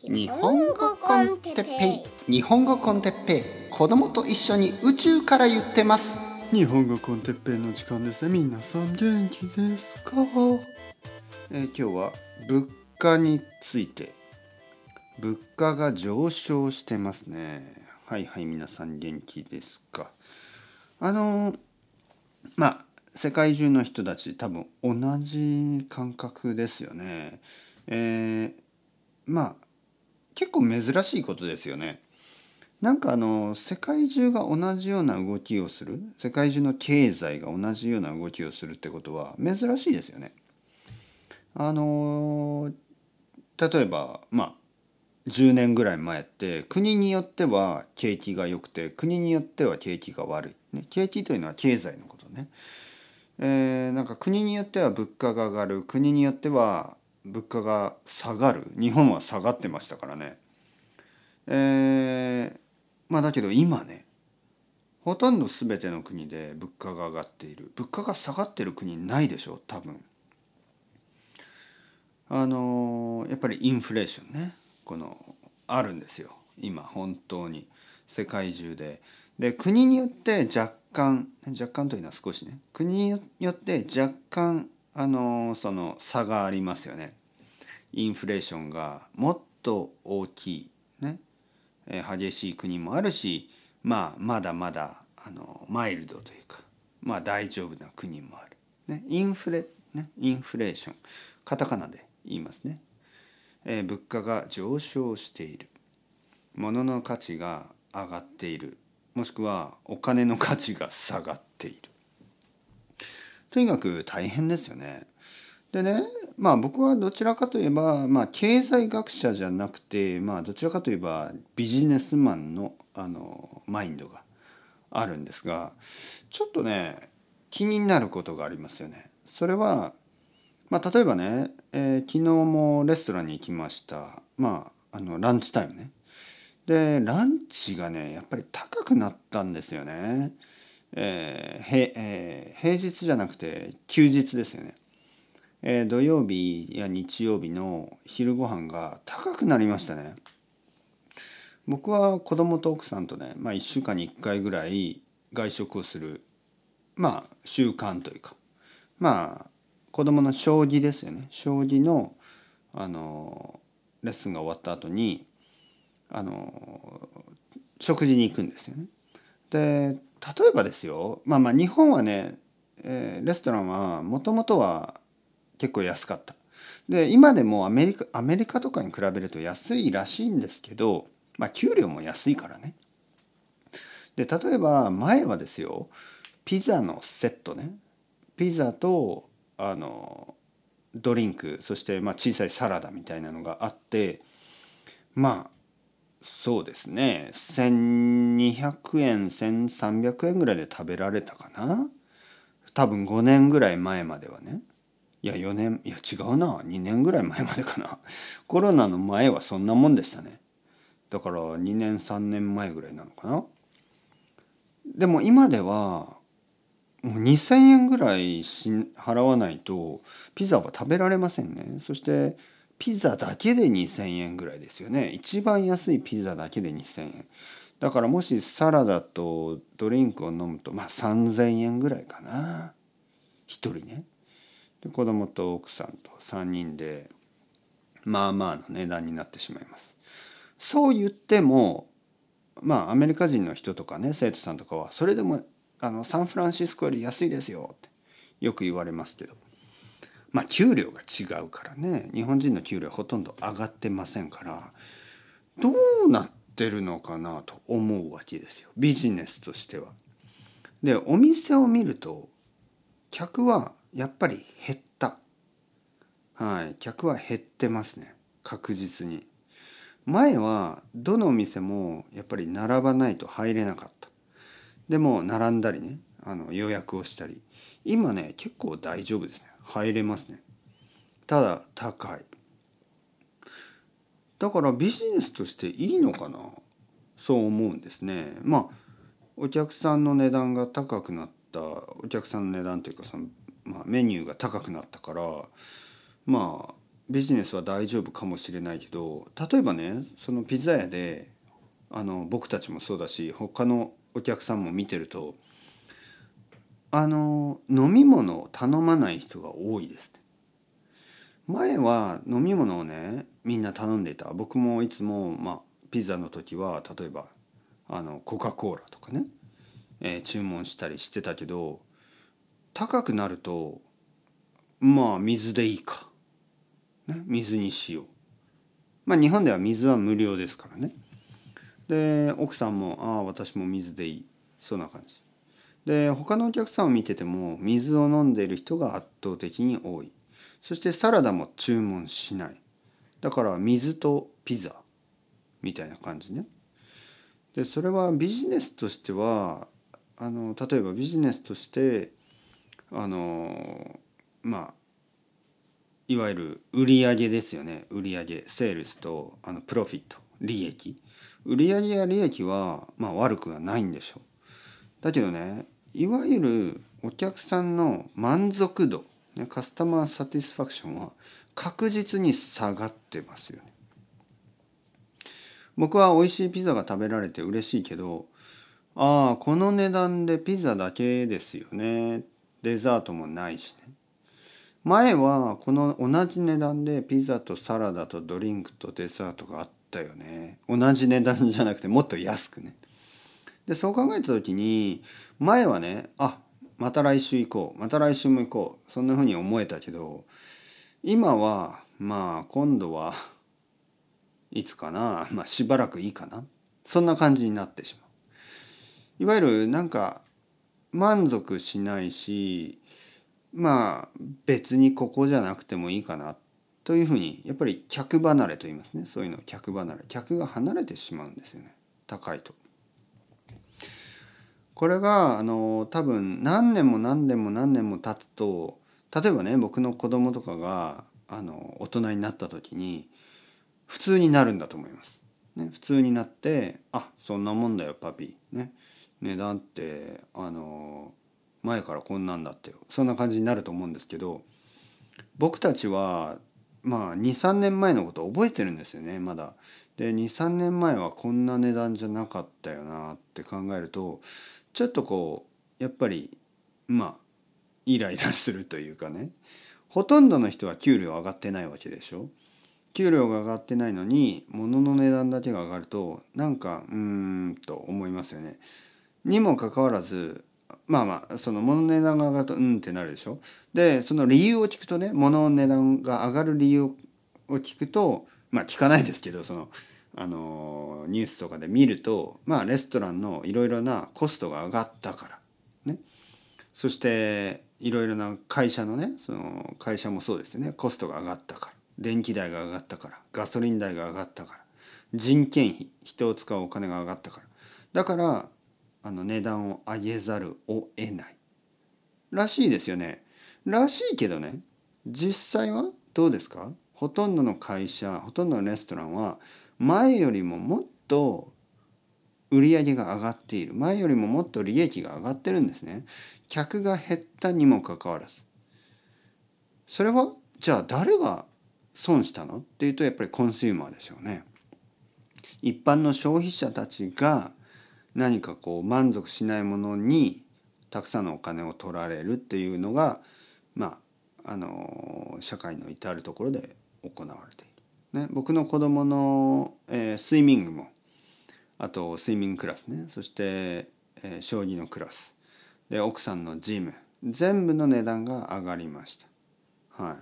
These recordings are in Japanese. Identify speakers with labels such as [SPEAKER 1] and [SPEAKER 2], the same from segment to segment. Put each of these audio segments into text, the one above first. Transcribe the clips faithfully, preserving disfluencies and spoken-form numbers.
[SPEAKER 1] 日本語コンテッペイ日本語コンテッペイ子供と一緒に宇宙から言ってます。
[SPEAKER 2] 日本語コンテッペイの時間ですね。皆さん元気ですか？えー、今日は物価について。物価が上昇してますね。はいはい、皆さん元気ですか？あのー、まあ世界中の人たち多分同じ感覚ですよね。えー、まあ結構珍しいことですよね。なんかあの世界中が同じような動きをする、世界中の経済が同じような動きをするってことは珍しいですよね。あの例えばまあじゅうねんぐらい前って国によっては景気が良くて国によっては景気が悪い、ね、景気というのは経済のことね。えー、なんか国によっては物価が上がる、国によっては物価が下がる。日本は下がってましたからね。えー、まあだけど今ね、ほとんど全ての国で物価が上がっている。物価が下がってる国ないでしょ多分。あのー、やっぱりインフレーションね、このあるんですよ今本当に世界中で。で国によって若干若干というのは少しね、国によって若干あのー、その差がありますよね。インフレーションがもっと大きいね、えー、激しい国もあるし、まあまだまだあのマイルドというか、まあ大丈夫な国もある、ね、インフレね、インフレーション、カタカナで言いますね。えー、物価が上昇している、物の価値が上がっている、もしくはお金の価値が下がっている。とにかく大変ですよね。でね、まあ僕はどちらかといえば、まあ経済学者じゃなくて、まあどちらかといえばビジネスマンのあのマインドがあるんですが、ちょっとね気になることがありますよね。それは、まあ例えばね、えー、昨日もレストランに行きました。まああのランチタイムね。でランチがねやっぱり高くなったんですよね。えーへえー、平日じゃなくて休日ですよね。えー、土曜日や日曜日の昼ご飯が高くなりましたね。僕は子供と奥さんとね、まあ、いっしゅうかんにいっかいぐらい外食をする、まあ習慣というか、まあ子供の将棋ですよね。将棋のあのレッスンが終わった後にあの食事に行くんですよね。で例えばですよ、まあまあ日本はね、えー、レストランはもともとは結構安かった。で今でもアメリカアメリカとかに比べると安いらしいんですけど、まあ給料も安いからね。で例えば前はですよ、ピザのセットね、ピザとあのドリンク、そしてまあ小さいサラダみたいなのがあって、まあそうですね、せんにひゃくえんせんさんびゃくえんぐらいで食べられたかな。多分ごねんぐらい前まではね。いやよねん、いや違うな、にねんぐらい前までかな。コロナの前はそんなもんでしたね。だからにねんさんねんまえぐらいなのかな。でも今ではもうにせんえんぐらいし払わないとピザは食べられませんね。そしてピザだけでにせんえんぐらいですよね。一番安いピザだけでにせんえん。だからもしサラダとドリンクを飲むとまあさんぜんえんぐらいかな。一人ね。で子供と奥さんとさんにんでまあまあの値段になってしまいます。そう言ってもまあアメリカ人の人とかね、生徒さんとかはそれでもあのサンフランシスコより安いですよってよく言われますけど、まあ給料が違うからね、日本人の給料はほとんど上がってませんから、どうなってるのかなと思うわけですよ、ビジネスとしては。でお店を見ると客はやっぱり減った。はい、客は減ってますね、確実に。前はどのお店もやっぱり並ばないと入れなかった。でも並んだりね、あの予約をしたり、今ね結構大丈夫ですね、入れますね。ただ高い。だからビジネスとしていいのかな、そう思うんですね。まあお客さんの値段が高くなった、お客さんの値段というかその、まあ、メニューが高くなったから、まあビジネスは大丈夫かもしれないけど、例えばねそのピザ屋であの僕たちもそうだし他のお客さんも見てると、あの飲み物を頼まない人が多いですね。前は飲み物をねみんな頼んでいた。僕もいつも、まあ、ピザの時は例えばあのコカ・コーラとかね、えー注文したりしてたけど、高くなるとまあ水でいいか、ね、水にしよう。まあ日本では水は無料ですからね。で奥さんもああ私も水でいい、そんな感じで、他のお客さんを見てても水を飲んでいる人が圧倒的に多い。そしてサラダも注文しない。だから水とピザみたいな感じね。でそれはビジネスとしてはあの例えばビジネスとしてあのまあいわゆる売上ですよね。売上セールスとあのプロフィット利益、売上や利益はまあ悪くはないんでしょう。だけどね、いわゆるお客さんの満足度、ね、カスタマーサティスファクションは確実に下がってますよね。僕は美味しいピザが食べられて嬉しいけど、ああこの値段でピザだけですよね。デザートもないしね。前はこの同じ値段でピザとサラダとドリンクとデザートがあったよね。同じ値段じゃなくてもっと安くね。でそう考えた時に前はね、あまた来週行こうまた来週も行こう、そんな風に思えたけど、今はまあ今度はいつかな、まあしばらくいいかな、そんな感じになってしまう。いわゆるなんか満足しないし、まあ別にここじゃなくてもいいかなというふうに、やっぱり客離れと言いますね。そういうの客離れ、客が離れてしまうんですよね、高いと。これがあの多分何年も何年も何年も経つと、例えばね僕の子供とかがあの大人になった時に普通になるんだと思います。ね、普通になってあそんなもんだよパピー、ね、値段ってあの前からこんなんだってよ、そんな感じになると思うんですけど、僕たちはまあにさんねんまえのことを覚えてるんですよねまだ。でにさんねんまえはこんな値段じゃなかったよなって考えると、ちょっとこうやっぱりまあイライラするというかね。ほとんどの人は給料上がってないわけでしょ。給料が上がってないのに物の値段だけが上がるとなんかうーんと思いますよね。にもかかわらずまあまあその物の値段が上がるとうんってなるでしょ。でその理由を聞くとね、物の値段が上がる理由を聞くと、まあ聞かないですけど、そのあのニュースとかで見ると、まあレストランのいろいろなコストが上がったからね。そしていろいろな会社のね、その会社もそうですね、コストが上がったから、電気代が上がったから、ガソリン代が上がったから、人件費、人を使うお金が上がったから、だからあの値段を上げざるを得ないらしいですよね。らしいけどね、実際はどうですか。ほとんどの会社、ほとんどのレストランは前よりももっと売り上げが上がっている、前よりももっと利益が上がってるんですね。客が減ったにもかかわらず。それはじゃあ誰が損したのっていうと、やっぱりコンシューマーでしょうね。一般の消費者たちが何かこう満足しないものにたくさんのお金を取られるっていうのが、まああの社会の至るところで行われている、ね、僕の子供の、えー、スイミングも、あとスイミングクラスね、そして、えー、将棋のクラスで、奥さんのジム、全部の値段が上がりました。はい。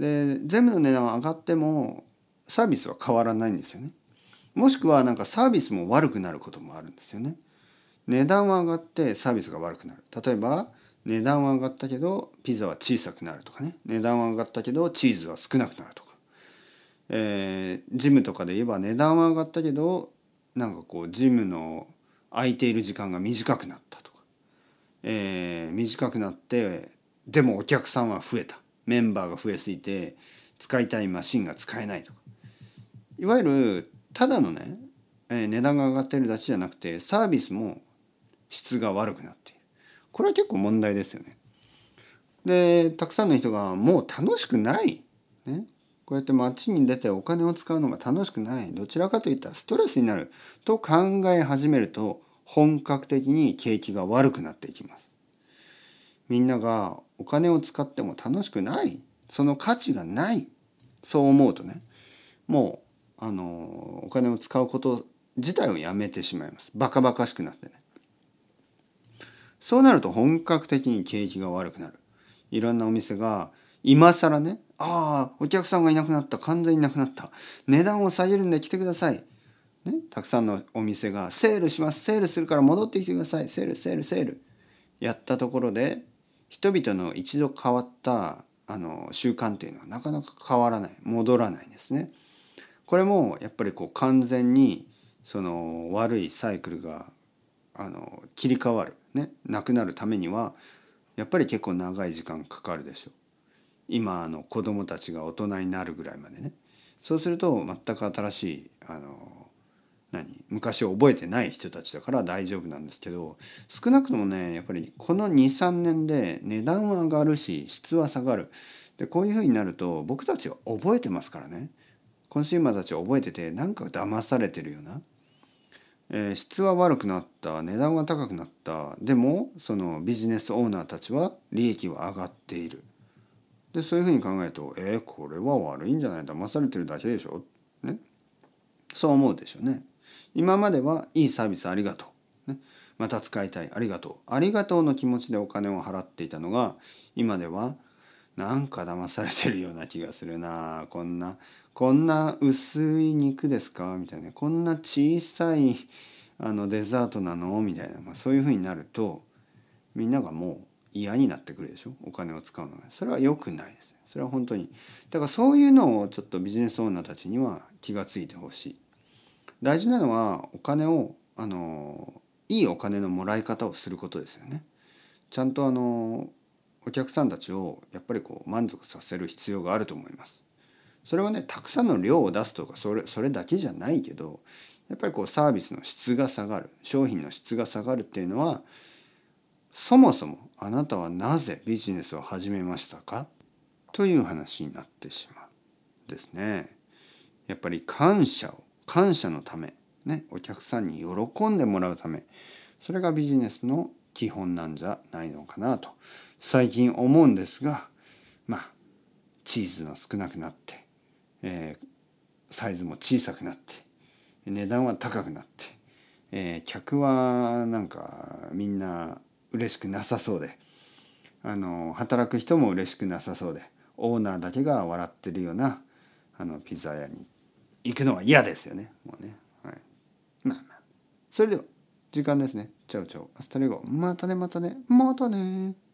[SPEAKER 2] で全部の値段は上がってもサービスは変わらないんですよね。もしくはなんかサービスも悪くなることもあるんですよね。値段は上がってサービスが悪くなる。例えば値段は上がったけどピザは小さくなるとかね。値段は上がったけどチーズは少なくなるとか。えー、ジムとかで言えば値段は上がったけどなんかこうジムの空いている時間が短くなったとか。えー、短くなってでもお客さんは増えた。メンバーが増えすぎて使いたいマシンが使えないとか。いわゆるただのね、えー、値段が上がってるだけじゃなくてサービスも質が悪くなっている。これは結構問題ですよね。でたくさんの人がもう楽しくない、 ね、こうやって街に出てお金を使うのが楽しくない、どちらかといったらストレスになると考え始めると、本格的に景気が悪くなっていきます。みんながお金を使っても楽しくない、その価値がない、そう思うとね、もうあのお金を使うこと自体をやめてしまいます。バカバカしくなってね。そうなると本格的に景気が悪くなる。いろんなお店が今更ね、ああお客さんがいなくなった、完全にいなくなった、値段を下げるんで来てください、ね、たくさんのお店がセールします、セールするから戻ってきてください、セールセールセールやったところで、人々の一度変わったあの習慣というのはなかなか変わらない、戻らないんですね。これもやっぱりこう完全にその悪いサイクルがあの切り替わる、ね、なくなるためにはやっぱり結構長い時間かかるでしょう。今あの子供たちが大人になるぐらいまでね。そうすると全く新しいあの何昔を覚えてない人たちだから大丈夫なんですけど、少なくともねやっぱりこの にさんねんで値段は上がるし質は下がる。でこういうふうになると僕たちは覚えてますからね。コンシューマーたちは覚えてて、なんか騙されてるような、えー、質は悪くなった、値段は高くなった、でもそのビジネスオーナーたちは利益は上がっている。でそういうふうに考えると、えー、これは悪いんじゃない、騙されてるだけでしょ、ね、そう思うでしょうね。今まではいいサービスありがとう、ね、また使いたい、ありがとうありがとうの気持ちでお金を払っていたのが、今ではなんか騙されてるような気がするな、こんなこんな薄い肉ですかみたいな、こんな小さいあのデザートなのみたいな、まあ、そういうふうになるとみんながもう嫌になってくるでしょ、お金を使うのが。それは良くないです。それは本当にだからそういうのをちょっとビジネスオーナーたちには気がついてほしい。大事なのはお金をあのいいお金のもらい方をすることですよね。ちゃんとあのお客さんたちをやっぱりこう満足させる必要があると思います。それはねたくさんの量を出すとかそれそれだけじゃないけど、やっぱりこうサービスの質が下がる、商品の質が下がるっていうのは、そもそもあなたはなぜビジネスを始めましたかという話になってしまうですね。やっぱり感謝を感謝のため、ね、お客さんに喜んでもらうため、それがビジネスの基本なんじゃないのかなと最近思うんですが、まあチーズの少なくなって、えー、サイズも小さくなって、値段は高くなって、えー、客はなんかみんな嬉しくなさそうで、あの働く人も嬉しくなさそうで、オーナーだけが笑ってるようなあのピザ屋に行くのは嫌ですよね。もうね、はい、まあまあそれでは時間ですね。チャオチャオアスタレゴ、またねまたねまたね。